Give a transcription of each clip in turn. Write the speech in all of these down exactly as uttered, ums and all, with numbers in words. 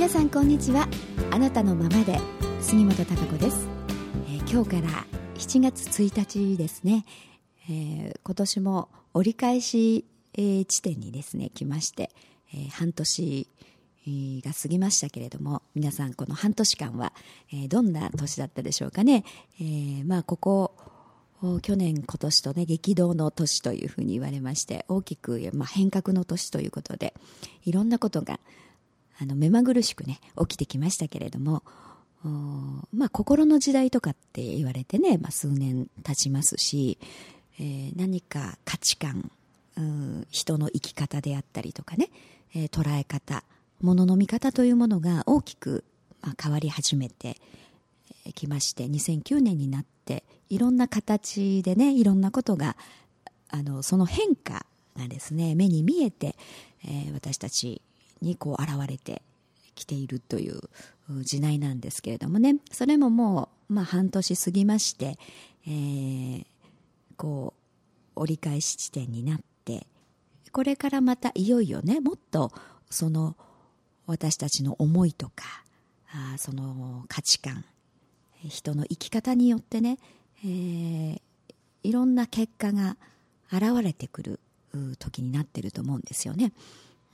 皆さんこんにちは。あなたのままで杉本孝子です。えー、今日からしちがつついたちですね。えー、今年も折り返し、えー、地点にですね来まして、えー、半年が過ぎましたけれども、皆さんこの半年間は、えー、どんな年だったでしょうかね。えー、まあここ去年今年とね激動の年というふうに言われまして、大きく、まあ、変革の年ということで、いろんなことがあの目まぐるしくね起きてきましたけれども、まあ心の時代とかって言われてね、まあ、数年経ちますし、えー、何か価値観、うん、人の生き方であったりとかね、えー、捉え方、物の見方というものが大きく、まあ、変わり始めてきまして、にせんきゅうねんになっていろんな形でね、いろんなことがあのその変化がですね目に見えて、えー、私たちにこう現れてきているという時代なんですけれどもね。それももう、まあ、半年過ぎまして、えー、こう折り返し地点になって、これからまたいよいよね、もっとその私たちの思いとか、あその価値観、人の生き方によってね、えー、いろんな結果が現れてくる時になってると思うんですよね。うん、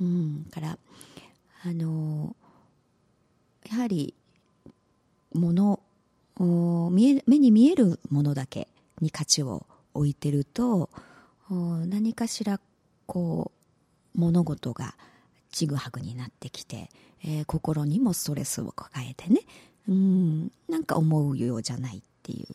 からあのやはり物見え目に見えるものだけに価値を置いてると、何かしらこう物事がちぐはぐになってきて、えー、心にもストレスを抱えてね、うん、なんか思うようじゃないっていう、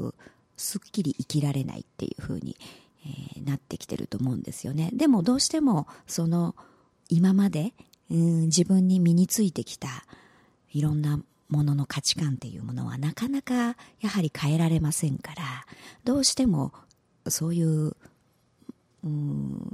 うすっきり生きられないっていう風に、えー、なってきてると思うんですよね。でもどうしてもその今まで、うん、自分に身についてきたいろんなものの価値観っていうものはなかなかやはり変えられませんから、どうしてもそういう、うん、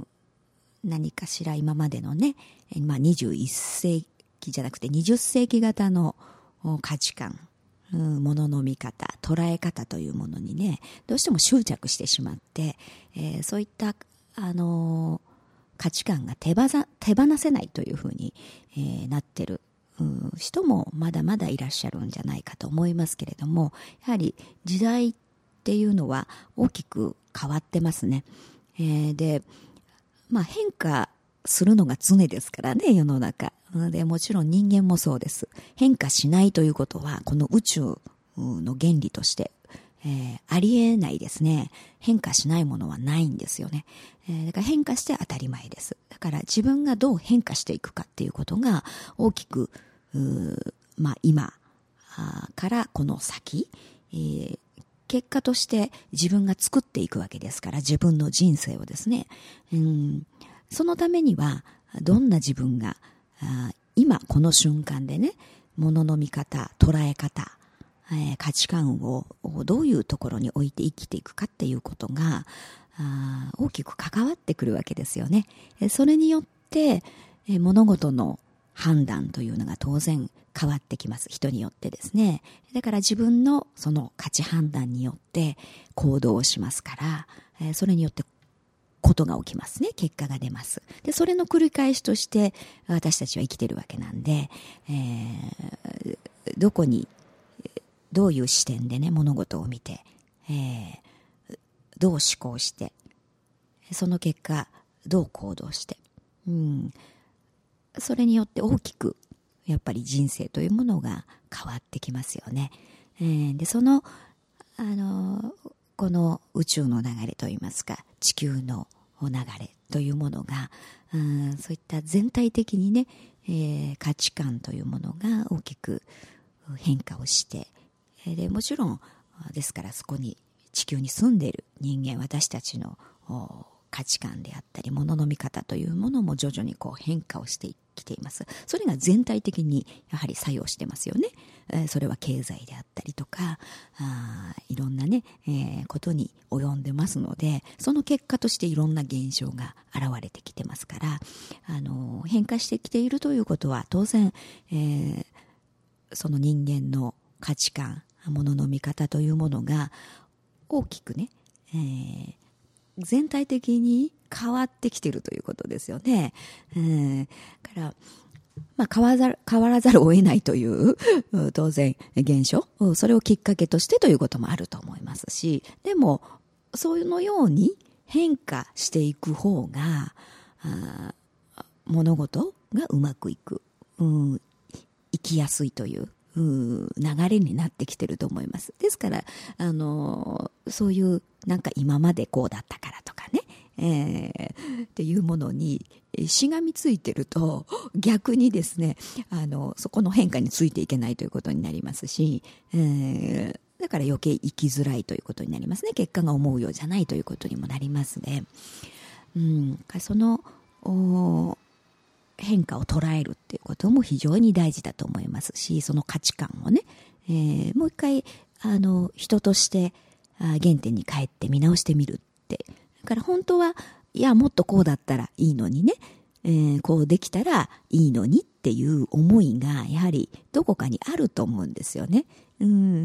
何かしら今までのね、まあ、にじゅういっせいきじゃなくてにじゅっせいき型の価値観、うん、ものの見方、捉え方というものにねどうしても執着してしまって、えー、そういったあのー価値観が手ばざ手放せないというふうに、えー、なってる、うん、人もまだまだいらっしゃるんじゃないかと思いますけれども、やはり時代っていうのは大きく変わってますね。えー、で、まあ、変化するのが常ですからね、世の中で。もちろん人間もそうです。変化しないということはこの宇宙の原理としてえー、ありえないですね。変化しないものはないんですよね。えー、だから変化して当たり前です。だから自分がどう変化していくかっていうことが大きく、まあ、今からこの先、えー、結果として自分が作っていくわけですから、自分の人生をですね、うん、そのためにはどんな自分があ今この瞬間でね、物の見方、捉え方、えー、価値観をどういうところに置いて生きていくかっていうことがあ大きく関わってくるわけですよね。えそれによって、えー、物事の判断というのが当然変わってきます。人によってですね。だから自分のその価値判断によって行動をしますから、えー、それによってことが起きますね。結果が出ます。で、それの繰り返しとして私たちは生きているわけなんで、えー、どこにどういう視点でね物事を見て、えー、どう思考して、その結果どう行動して、うん、それによって大きくやっぱり人生というものが変わってきますよね。えー、でそのあのこの宇宙の流れといいますか、地球の流れというものが、うん、そういった全体的にね、えー、価値観というものが大きく変化をして、でもちろんですから、そこに地球に住んでいる人間、私たちの価値観であったり物の見方というものも徐々にこう変化をしてきています。それが全体的にやはり作用してますよね。えー、それは経済であったりとか、あいろんなね、えー、ことに及んでますので、その結果としていろんな現象が現れてきてますから、あの変化してきているということは当然、えー、その人間の価値観、物の見方というものが大きくね、えー、全体的に変わってきているということですよね。うん、からまあ、変わらざる、変わらざるを得ないという当然現象、それをきっかけとしてということもあると思いますし、でもそういうのように変化していく方があ物事がうまくいく、うん、生きやすいという流れになってきてると思います。ですからあのそういうなんか今までこうだったからとかね、えー、っていうものにしがみついてると逆にですね、あのそこの変化についていけないということになりますし、えー、だから余計生きづらいということになりますね。結果が思うようじゃないということにもなりますね。うん、その変化を捉えるっていうことも非常に大事だと思いますし、その価値観をね、えー、もう一回あの人としてあ原点に帰って見直してみるって。だから本当はいやもっとこうだったらいいのにね、えー、こうできたらいいのにっていう思いがやはりどこかにあると思うんですよね。うん、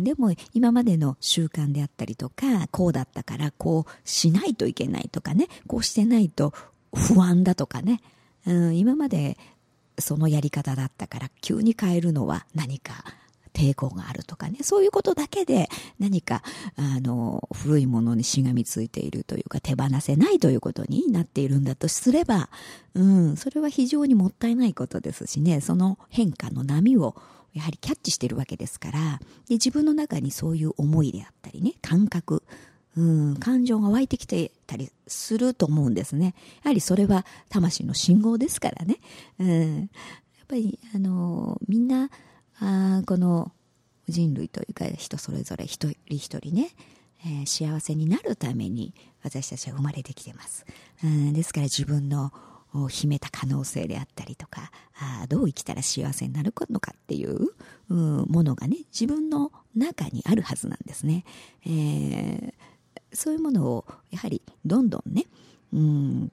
でも今までの習慣であったりとか、こうだったからこうしないといけないとかね、こうしてないと不安だとかね、うん、今までそのやり方だったから急に変えるのは何か抵抗があるとかね、そういうことだけで何かあの古いものにしがみついているというか手放せないということになっているんだとすれば、うん、それは非常にもったいないことですしね、その変化の波をやはりキャッチしているわけですから、で自分の中にそういう思いであったりね、感覚、うん、感情が湧いてきてたりすると思うんですね。やはりそれは魂の信号ですからね、うん、やっぱりあのみんなあこの人類というか人それぞれ一人一人ね、えー、幸せになるために私たちは生まれてきてます、うん、ですから自分の秘めた可能性であったりとか、あどう生きたら幸せになるのかっていう、うん、ものがね自分の中にあるはずなんですね、えー、そういうものをやはりどんどんね、うん、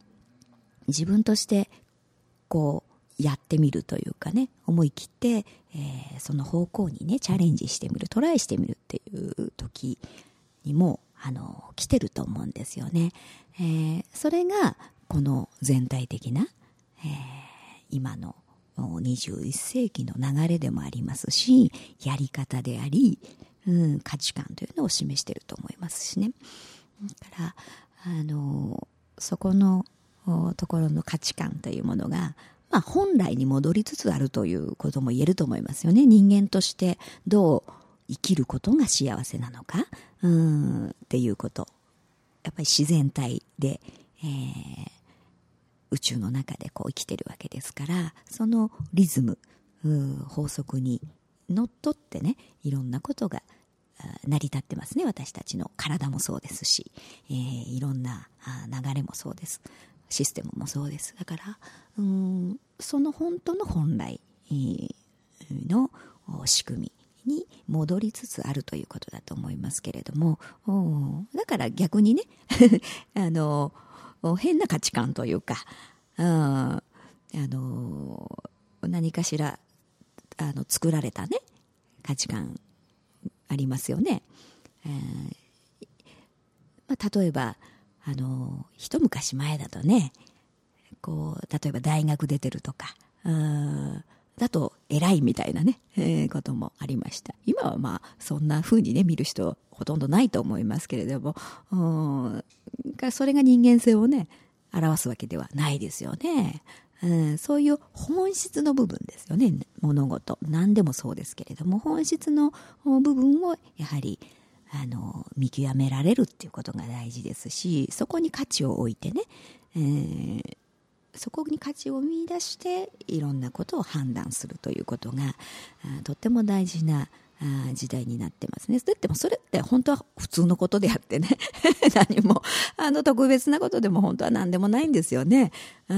自分としてこうやってみるというかね、思い切って、えー、その方向にねチャレンジしてみる、トライしてみるっていう時にもあの来てると思うんですよね、えー、それがこの全体的な、えー、今のにじゅういっせいきの流れでもありますし、やり方であり、うん、価値観というのを示していると思いますしね。だからあのそこのところの価値観というものがまあ、本来に戻りつつあるということも言えると思いますよね。人間としてどう生きることが幸せなのか、うーんっていうこと。やっぱり自然体で、えー、宇宙の中でこう生きてるわけですから、そのリズム、法則にのっとってね、いろんなことが成り立ってますね。私たちの体もそうですし、えー、いろんな流れもそうです。システムもそうです。だからうーんその本当の本来の仕組みに戻りつつあるということだと思いますけれども、だから逆にねあの変な価値観というか、あの何かしらあの作られたね価値観ありますよね、えーまあ、例えばあの一昔前だとね、こう例えば大学出てるとかあだと偉いみたいなね、えー、こともありました。今はまあそんな風にね見る人ほとんどないと思いますけれども、うんそれが人間性をね表すわけではないですよね、うん、そういう本質の部分ですよね。物事何でもそうですけれども、本質の部分をやはりあの見極められるっていうことが大事ですし、そこに価値を置いてね、えー、そこに価値を見出していろんなことを判断するということがとっても大事な時代になってますね。だってもそれって本当は普通のことであってね何もあの特別なことでも本当は何でもないんですよね。うん、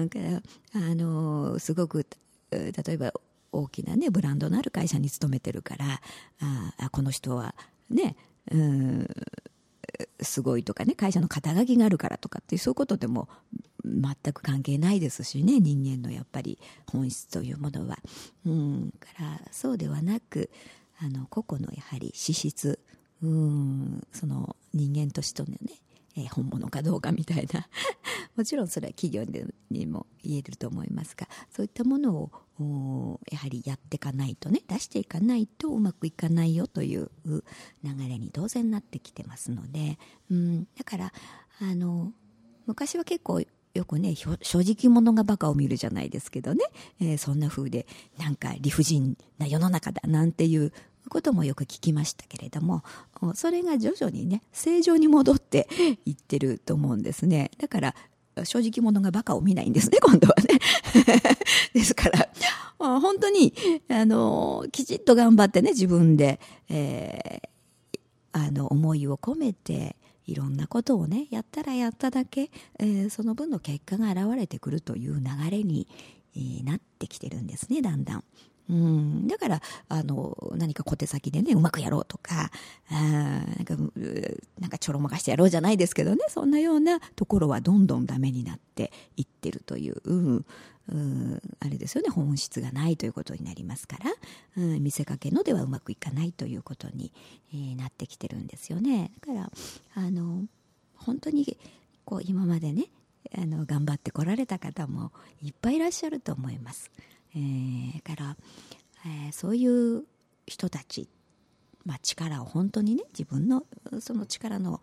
あのすごく例えば大きなねブランドのある会社に勤めてるから、あこの人はね、うん、すごいとかね、会社の肩書きがあるからとかっていうそういうことでも全く関係ないですしね、人間のやっぱり本質というものは、うん、からそうではなくあの個々のやはり資質、うん、その人間としてのねえー、本物かどうかみたいなもちろんそれは企業にも言えると思いますが、そういったものをやはりやっていかないとね、出していかないとうまくいかないよという流れに当然なってきてますので、うん、だからあの昔は結構よくね、正直者がバカを見るじゃないですけどね、えー、そんな風でなんか理不尽な世の中だなんていうこともよく聞きましたけれども、それが徐々にね正常に戻っていってると思うんですね。だから正直者がバカを見ないんですね、今度はねですから本当にあのきちっと頑張ってね、自分で、えー、あの思いを込めていろんなことをねやったらやっただけ、えー、その分の結果が現れてくるという流れに、えー、なってきてるんですね、だんだん。うん、だからあの何か小手先でねうまくやろうとか、あなんかなんかちょろまかしてやろうじゃないですけどね、そんなようなところはどんどんダメになっていってるという、うんうん、あれですよね、本質がないということになりますから、うん、見せかけのではうまくいかないということに、えー、なってきてるんですよね。だからあの本当にこう今までねあの頑張ってこられた方もいっぱいいらっしゃると思います。えー、から、えー、そういう人たち、まあ、力を本当にね自分のその力の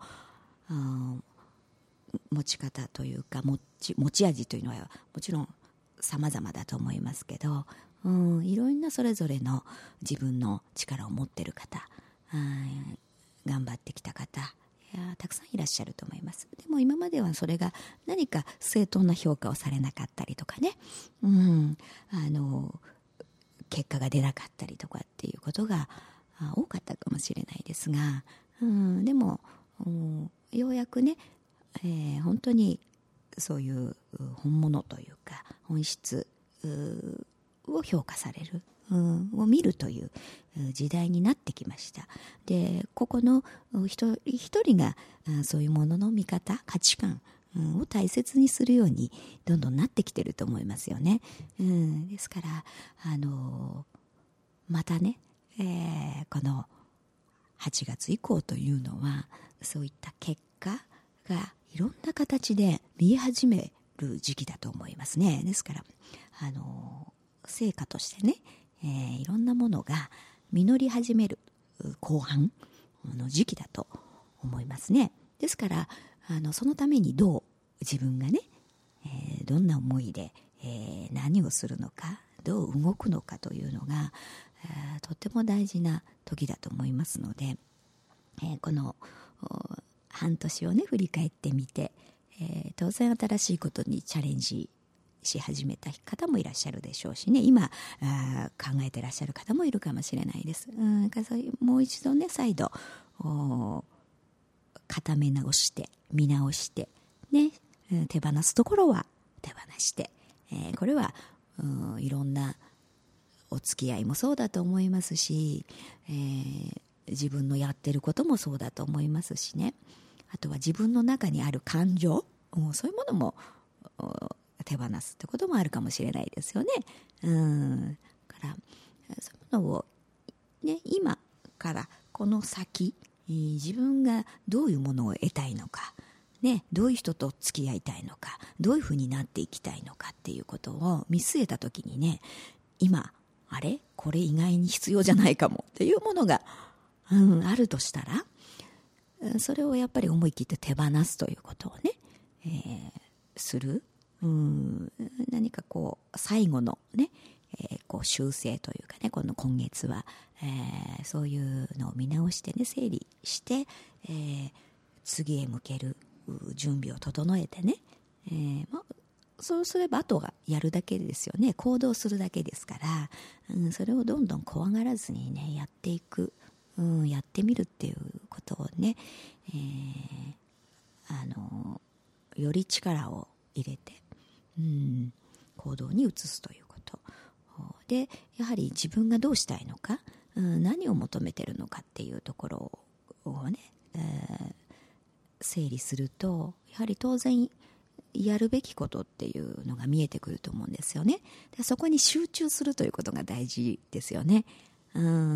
持ち方というか持ち、持ち味というのはもちろん様々だと思いますけど、うん、いろんなそれぞれの自分の力を持っている方、頑張ってきた方、いやたくさんいらっしゃると思います。でも今まではそれが何か正当な評価をされなかったりとかね、うん、あの結果が出なかったりとかっていうことが多かったかもしれないですが、うん、でも、うん、ようやくね、えー、本当にそういう本物というか本質を評価される、うん、を見るという時代になってきました。で、ここの一人一人がそういうものの見方、価値観を大切にするようにどんどんなってきてると思いますよね。うん、ですからあのまたね、えー、このはちがつ以降というのはそういった結果がいろんな形で見え始める時期だと思いますね。ですからあの成果としてね、えー、いろんなものが実り始める後半の時期だと思いますね。ですからあのそのためにどう自分がね、えー、どんな思いで、えー、何をするのか、どう動くのかというのが、えー、とても大事な時だと思いますので、えー、この半年をね振り返ってみて、えー、当然新しいことにチャレンジし始めた方もいらっしゃるでしょうしね、今あ考えてらっしゃる方もいるかもしれないです。うん、もう一度ね再度固め直して見直してね、手放すところは手放して、えー、これは、うん、いろんなお付き合いもそうだと思いますし、えー、自分のやってることもそうだと思いますしね、あとは自分の中にある感情、そういうものも手放すってこともあるかもしれないですよね。うんからそういうものを、ね、今からこの先自分がどういうものを得たいのか、ね、どういう人と付き合いたいのか、どういうふうになっていきたいのかっていうことを見据えたときにね、今あれこれ意外に必要じゃないかもっていうものが、うん、あるとしたら、それをやっぱり思い切って手放すということをね、えー、する、うん、何かこう最後のね、えー、こう修正というかね、この今月は、えー、そういうのを見直してね、整理して、えー、次へ向ける準備を整えてね、えーまあ、そうすればあとはやるだけですよね。行動するだけですから、うん、それをどんどん怖がらずにねやっていく、うん、やってみるっていうことをね、えー、あのより力を入れて、うん、行動に移すということで、やはり自分がどうしたいのか、うん、何を求めてるのかっていうところをね、えー、整理すると、やはり当然やるべきことっていうのが見えてくると思うんですよね。でそこに集中するということが大事ですよね。うん、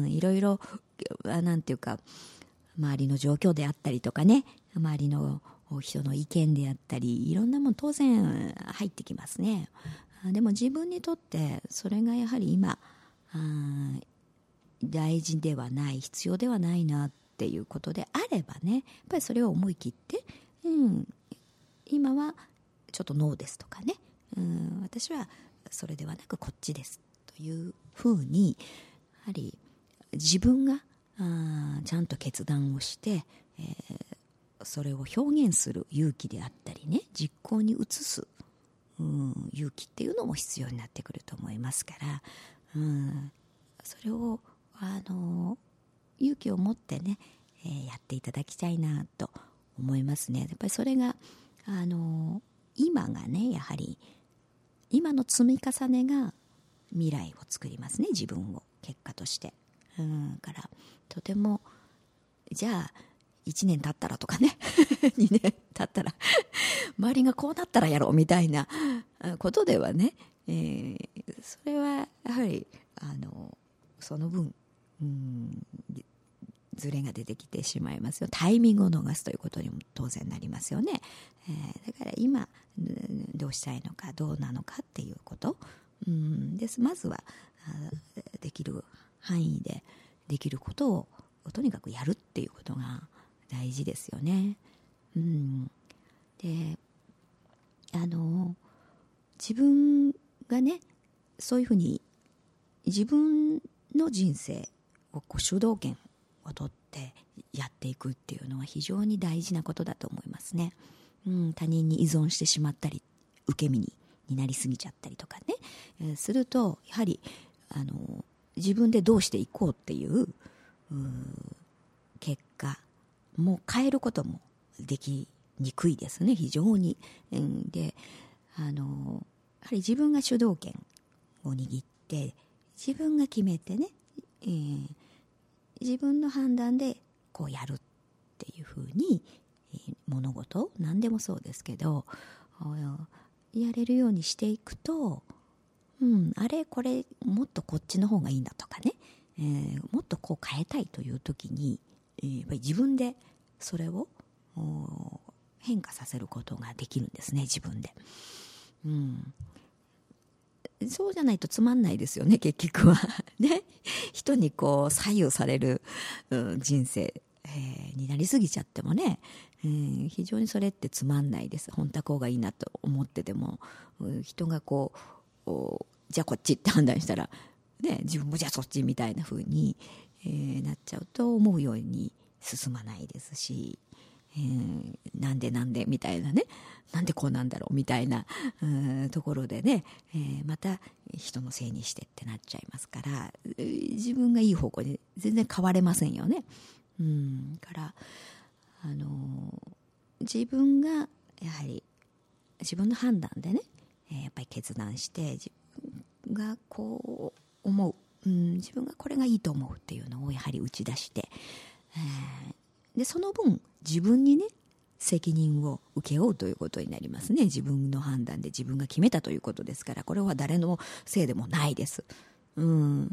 いろいろなんていうか周りの状況であったりとかね、周りの人の意見であったりいろんなもの当然入ってきますね。でも自分にとってそれがやはり今大事ではない必要ではないなっていうことであればね、やっぱりそれを思い切って、うん、今はちょっとノーですとかね、うん、私はそれではなくこっちですというふうにやはり自分があちゃんと決断をして、えー、それを表現する勇気であったりね、実行に移す、うん、勇気っていうのも必要になってくると思いますから、うん、それをあの勇気を持ってね、えー、やっていただきたいなと思いますね。やっぱりそれがあの今がね、やはり今の積み重ねが未来を作りますね、自分を結果として。うん、からとてもじゃあいちねん経ったらとかねにねん経ったら周りがこうなったらやろうみたいなことではね、えー、それはやはりあのその分、うん、ズレが出てきてしまいますよ。タイミングを逃すということにも当然なりますよね。えー、だから今どうしたいのかどうなのかっていうこと、うん、です。まずはできる範囲でできることをとにかくやるっていうことが大事ですよね。うん、であの自分がねそういうふうに自分の人生をこう主導権を取ってやっていくっていうのは非常に大事なことだと思いますね。うん、他人に依存してしまったり受け身になりすぎちゃったりとかね、えー、するとやはりあの自分でどうしていこうっていう、う結果も変えることもできにくいですね、非常に。うん、であのやはり自分が主導権を握って自分が決めてね、えー、自分の判断でこうやるっていうふうに、えー、物事何でもそうですけどやれるようにしていくと、うん、あれこれもっとこっちの方がいいんだとかね、えー、もっとこう変えたいという時に、えー、やっぱり自分でそれを変化させることができるんですね、自分で。うん、そうじゃないとつまんないですよね、結局はね。人にこう左右される、うん、人生、えー、になりすぎちゃってもね、えー、非常にそれってつまんないです。本当はこうがいいなと思ってても、うん、人がこうじゃあこっちって判断したら、ね、自分もじゃあそっちみたいな風に、えー、なっちゃうと思うように進まないですし、えー、なんでなんでみたいなね、なんでこうなんだろうみたいな、うん、ところでね、えー、また人のせいにしてってなっちゃいますから、自分がいい方向に全然変われませんよね。うん、からあのー、自分がやはり自分の判断でね、えー、やっぱり決断して自分がこう思う、うん、自分がこれがいいと思うっていうのをやはり打ち出して、えー、でその分自分にね責任を受け負うということになりますね。自分の判断で自分が決めたということですから、これは誰のせいでもないです。うん、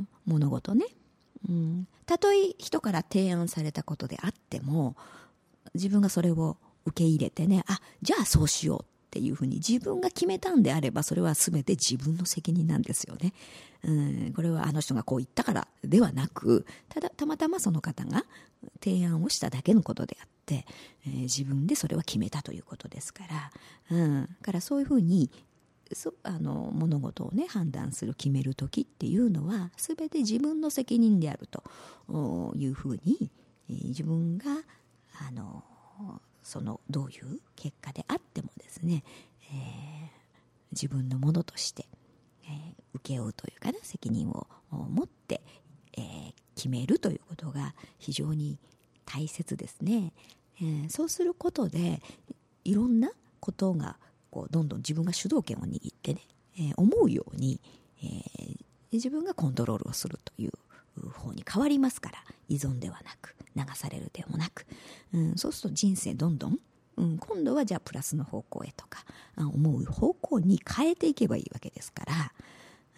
物事ね、うん、たとえ人から提案されたことであっても自分がそれを受け入れてね、あ、じゃあそうしようっていうふうに自分が決めたんであれば、それは全て自分の責任なんですよね。うん、これはあの人がこう言ったからではなく、ただたまたまその方が提案をしただけのことであって、えー、自分でそれは決めたということですから、うん、からそういうふうにそあの物事をね判断する決める時っていうのは全て自分の責任であるというふうに、えー、自分があのそのどういう結果であってもですね、えー、自分のものとして、えー、請け負うというかな、責任を持って、えー、決めるということが非常に大切ですね。えー、そうすることでいろんなことがこうどんどん自分が主導権を握ってね、えー、思うように、えー、自分がコントロールをするという方に変わりますから、依存ではなく流されるでもなく、うん、そうすると人生どんどん、うん、今度はじゃあプラスの方向へとか思う方向に変えていけばいいわけですから、うん、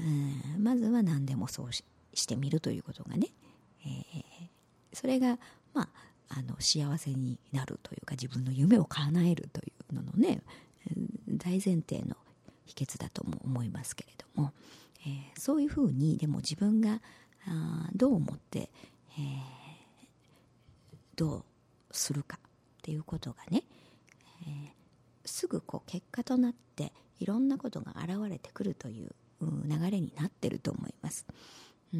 まずは何でもそう し, してみるということがね、えー、それがまああの幸せになるというか、自分の夢を叶えるというののね、大前提の秘訣だとも思いますけれども、えー、そういうふうにでも自分があどう思って、えー、どうするかっていうことがね、えー、すぐこう結果となっていろんなことが現れてくるという流れになってると思います。うん、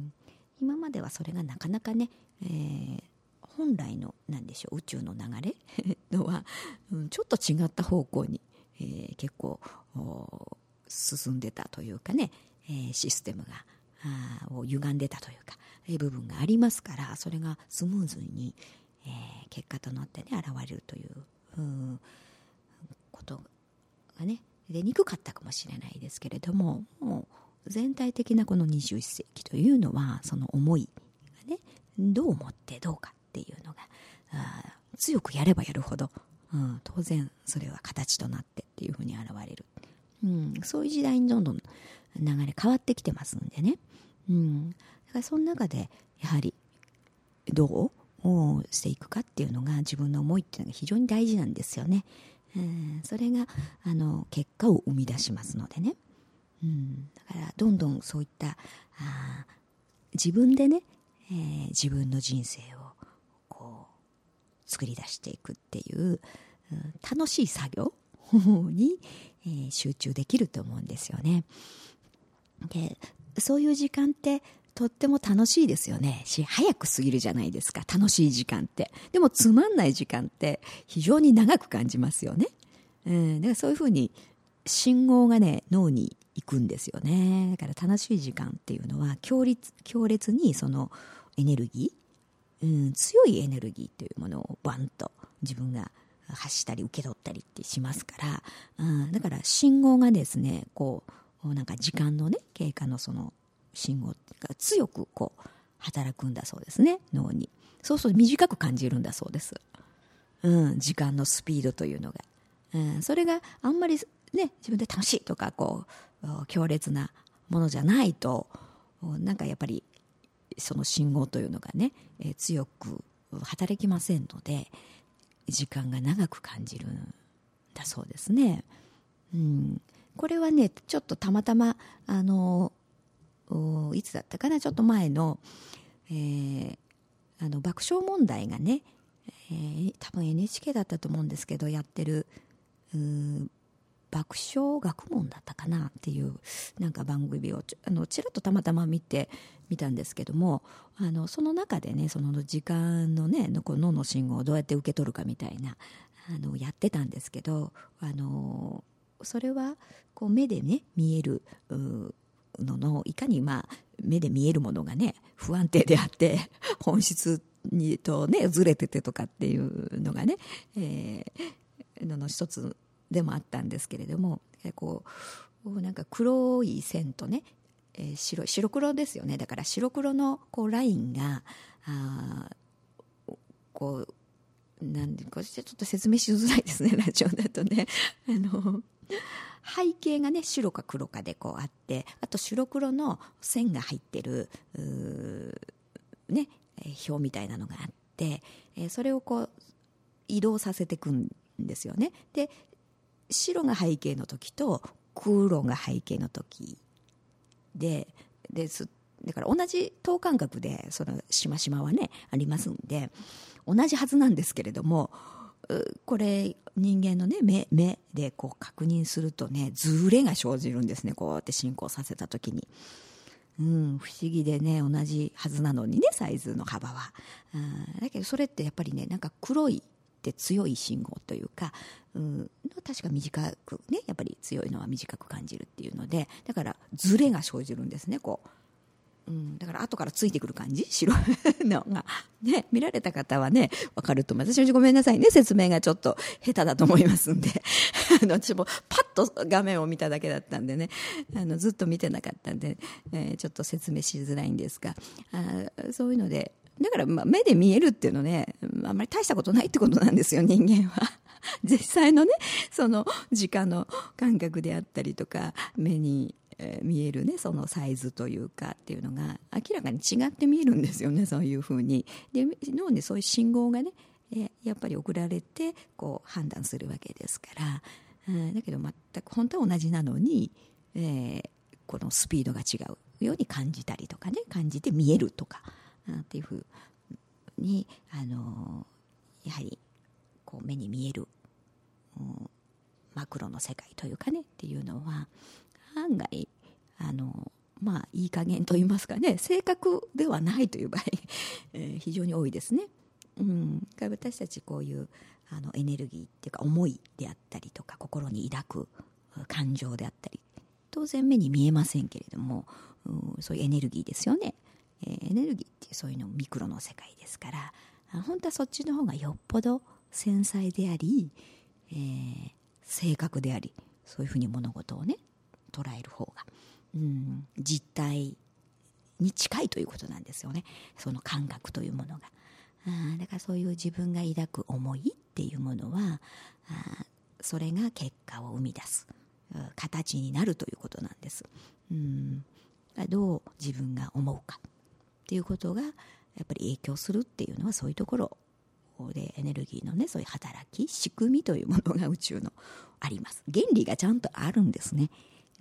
今まではそれがなかなかね、えー、本来のなんでしょう宇宙の流れのは、うん、ちょっと違った方向に、えー、結構進んでたというかね、えー、システムがあを歪んでたというか、えー、部分がありますから、それがスムーズに、えー、結果となってね現れるという、うん、ことがね出にくかったかもしれないですけれども、もう全体的なこのにじゅういっ世紀というのはその思いがねどう思ってどうかっていうのがあ強くやればやるほど、うん、当然それは形となってっていうふうに現れる、うん、そういう時代にどんどん流れ変わってきてますんでね、うん、だからその中でやはりどうしていくかっていうのが自分の思いっていうのが非常に大事なんですよね。うん、それがあの結果を生み出しますのでね、うん、だからどんどんそういったあ自分でね、えー、自分の人生をこう作り出していくっていう、うん、楽しい作業に、えー、集中できると思うんですよね。でそういう時間ってとっても楽しいですよねし、早く過ぎるじゃないですか、楽しい時間って。でもつまんない時間って非常に長く感じますよね、うん、だからそういうふうに信号がね脳に行くんですよね。だから楽しい時間っていうのは強烈、強烈にそのエネルギー、うん、強いエネルギーというものをバンと自分が発したり受け取ったりってしますから、うん、だから信号がですねこうなんか時間のね経過のその信号が強くこう働くんだそうですね、脳に。そうすると短く感じるんだそうです、うん、時間のスピードというのが、うん、それがあんまりね自分で楽しいとかこう強烈なものじゃないとなんかやっぱりその信号というのがね、えー、強く働きませんので時間が長く感じるんだそうですね、うん、これはねちょっとたまたまあのいつだったかな、ちょっと前の、えー、あの爆笑問題がね、えー、多分 エヌエイチケー だったと思うんですけどやってるうー爆笑学問だったかなっていうなんか番組をちあのちらっとたまたま見てみたんですけども、あのその中でねその時間のねのこの脳の信号をどうやって受け取るかみたいなあのやってたんですけど、あのそれはこう目でね見えるうののいかにまあ目で見えるものがね不安定であって本質にとねずれててとかっていうのがね、えー、のの一つでもあったんですけれども、こうなんか黒い線とね、えー、白い白黒ですよね。だから白黒のこうラインがあこうなんでこれちょっと説明しづらいですねラジオだとねあの背景がね白か黒かでこうあって、あと白黒の線が入ってるね表みたいなのがあって、えそれをこう移動させていくんですよね。で白が背景の時と黒が背景の時でですだから同じ等間隔でそのしましまはねありますんで同じはずなんですけれども、これ人間のね 目, 目でこう確認するとねズレが生じるんですね、こうやって進行させた時に、うん、不思議でね同じはずなのにねサイズの幅は、うん、だけどそれってやっぱりねなんか黒いって強い信号というか、うん、確か短くねやっぱり強いのは短く感じるっていうので、だからズレが生じるんですねこう。うん、だから後からついてくる感じ白いのが、ね、見られた方はね分かると思います。私ごめんなさいね説明がちょっと下手だと思いますんであの私もパッと画面を見ただけだったんでねあのずっと見てなかったんで、えー、ちょっと説明しづらいんですが、あそういうのでだからまあ目で見えるっていうのねあんまり大したことないってことなんですよ人間は実際のねその時間の感覚であったりとか目にえー、見えるね、そのサイズというかっていうのが明らかに違って見えるんですよね。そういうふうにで脳にそういう信号がね、えー、やっぱり送られてこう判断するわけですから、うん、だけど全く本当は同じなのに、えー、このスピードが違うように感じたりとかね、感じて見えるとかっていうふうに、あのー、やはりこう目に見える、うん、マクロの世界というかねっていうのは案外あのまあいい加減と言いますかね、正確ではないという場合、えー、非常に多いですね。うん、私たちこういうあのエネルギーっていうか思いであったりとか心に抱く感情であったり当然目に見えませんけれども、うん、そういうエネルギーですよね、えー、エネルギーってそういうのミクロの世界ですから、本当はそっちの方がよっぽど繊細であり、えー、正確であり、そういうふうに物事をね捉える方が、うん、実体に近いということなんですよね。その感覚というものが、あだからそういう自分が抱く思いっていうものはあそれが結果を生み出す形になるということなんです。うん、どう自分が思うかっていうことがやっぱり影響するっていうのはそういうところでエネルギーのねそういう働き仕組みというものが宇宙のあります。原理がちゃんとあるんですね。うん、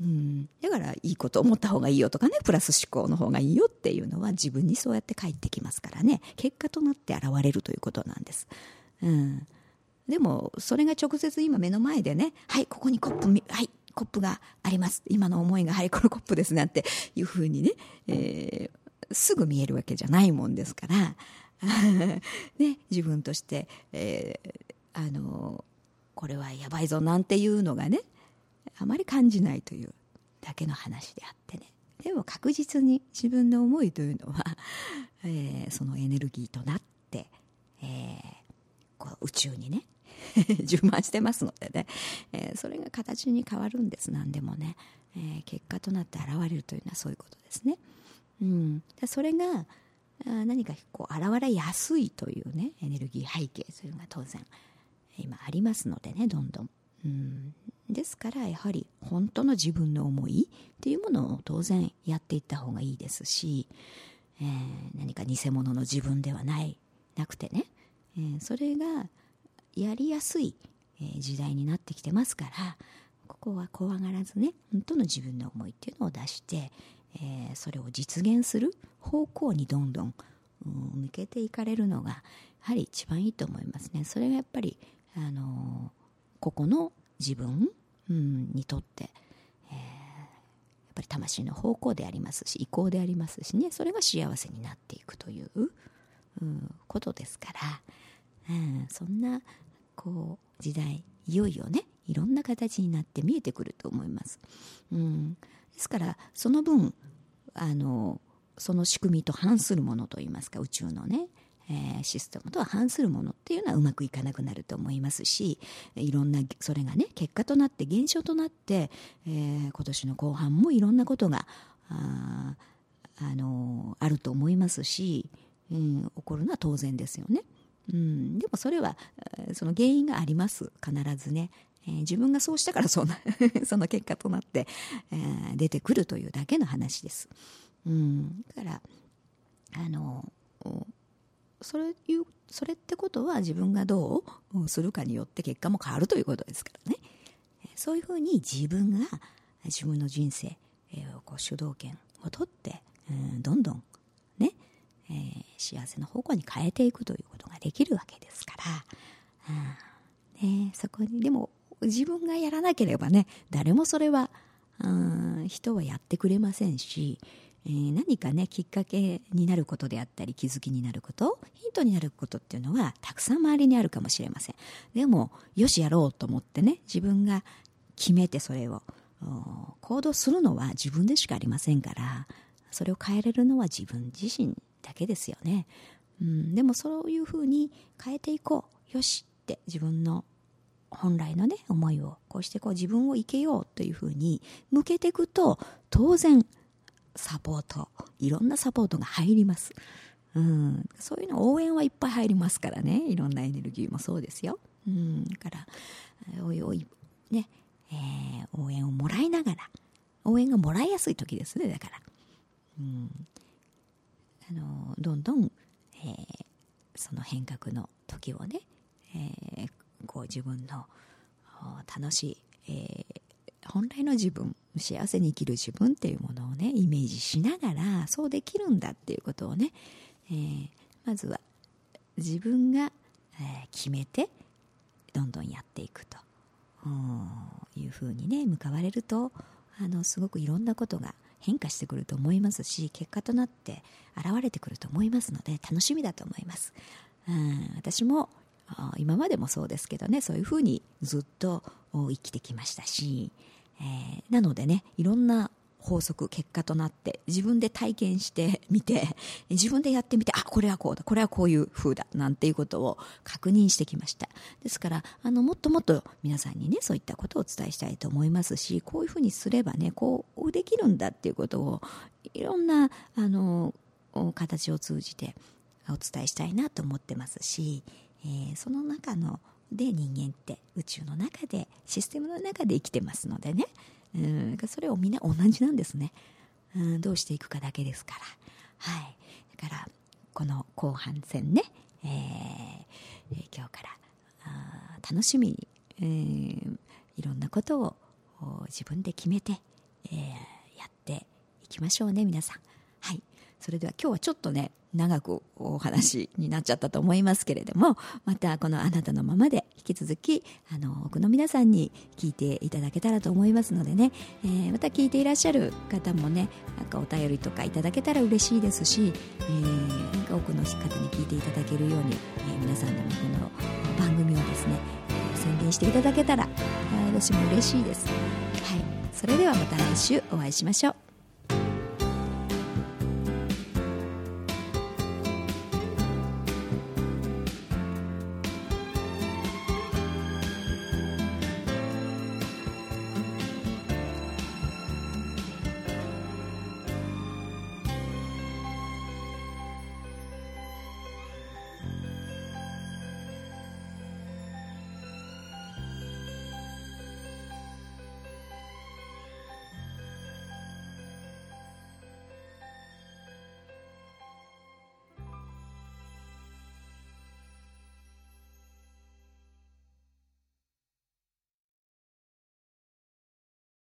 だからいいこと思った方がいいよとかね、プラス思考の方がいいよっていうのは自分にそうやって返ってきますからね、結果となって現れるということなんです。うん、でもそれが直接今目の前でね、はいここにコップ、はいコップがあります、今の思いがはいこのコップですなんていうふうにね、えー、すぐ見えるわけじゃないもんですからね、自分として、えー、あのこれはやばいぞなんていうのがねあまり感じないというだけの話であってね、でも確実に自分の思いというのは、えー、そのエネルギーとなって、えー、こう宇宙にね充満してますのでね、えー、それが形に変わるんです。何でもね、えー、結果となって現れるというのはそういうことですね。うん、それが何かこう現れやすいというねエネルギー背景というのが当然今ありますのでね、どんどん、うん、ですからやはり本当の自分の思いっていうものを当然やっていった方がいいですし、えー、何か偽物の自分ではないなくてね、えー、それがやりやすい、えー、時代になってきてますから、ここは怖がらずね本当の自分の思いっていうのを出して、えー、それを実現する方向にどんどん、うん、向けていかれるのがやはり一番いいと思いますね。それがやっぱり、あのー、ここの自分、うん、にとって、えー、やっぱり魂の方向でありますし意向でありますしね、それが幸せになっていくという、うん、ことですから、うん、そんなこう時代いよいよねいろんな形になって見えてくると思います。うん、ですからその分あのその仕組みと反するものといいますか宇宙のね、えー、システムとは反するものっていうのはうまくいかなくなると思いますし、いろんなそれがね結果となって現象となって、えー、今年の後半もいろんなことが あ, あのあると思いますし、うん、起こるのは当然ですよね。うん、でもそれはその原因があります必ずね、えー、自分がそうしたからそんなその結果となって、えー、出てくるというだけの話です。うん、だからあのそれいうそれってことは自分がどうするかによって結果も変わるということですからね。そういうふうに自分が自分の人生、えー、こう主導権を取って、うん、どんどんね、えー、幸せの方向に変えていくということができるわけですから、うんね、そこにでも自分がやらなければね誰もそれは、うん、人はやってくれませんし、えー、何かねきっかけになることであったり気づきになることヒントになることっていうのはたくさん周りにあるかもしれません。でもよしやろうと思ってね自分が決めてそれを行動するのは自分でしかありませんから、それを変えれるのは自分自身だけですよね。うん、でもそういうふうに変えていこうよしって自分の本来のね思いをこうしてこう自分を生けようというふうに向けていくと当然サポートいろんなサポートが入ります。うん、そういうの応援はいっぱい入りますからね、いろんなエネルギーもそうですよ。うん、だからおいおいね、えー、応援をもらいながら応援がもらいやすい時ですね。だから、うん、あのどんどん、えー、その変革の時をね、えー、こう自分の楽しい、えー、本来の自分、幸せに生きる自分っていうものをねイメージしながら、そうできるんだっていうことをね、えー、まずは自分が、えー、決めてどんどんやっていくというふうにね向かわれると、あのすごくいろんなことが変化してくると思いますし、結果となって現れてくると思いますので、楽しみだと思います。うん、私も今までもそうですけどね、そういうふうにずっと生きてきましたし、えー、なのでね、いろんな法則、結果となって自分で体験してみて、自分でやってみて、あ、これはこうだ、これはこういう風だなんていうことを確認してきました。ですからあのもっともっと皆さんにねそういったことをお伝えしたいと思いますし、こういうふうにすればねこうできるんだっていうことをいろんなあの形を通じてお伝えしたいなと思ってますし、えー、その中ので人間って宇宙の中でシステムの中で生きてますのでね、うん、それをみんな同じなんですね、うん、どうしていくかだけですから。はい、だからこの後半戦ね、えーえー、今日からあ楽しみに、えー、いろんなことを自分で決めて、えー、やっていきましょうね皆さん。はい、それでは今日はちょっとね長くお話になっちゃったと思いますけれども、またこのあなたのままで引き続きあの多くの皆さんに聞いていただけたらと思いますのでね、えー、また聞いていらっしゃる方もねなんかお便りとかいただけたら嬉しいですし、えー、なんか多くの方に聞いていただけるように、えー、皆さんでもこの番組をですね、えー、宣伝していただけたら、えー、私も嬉しいです。はい、それではまた来週お会いしましょう。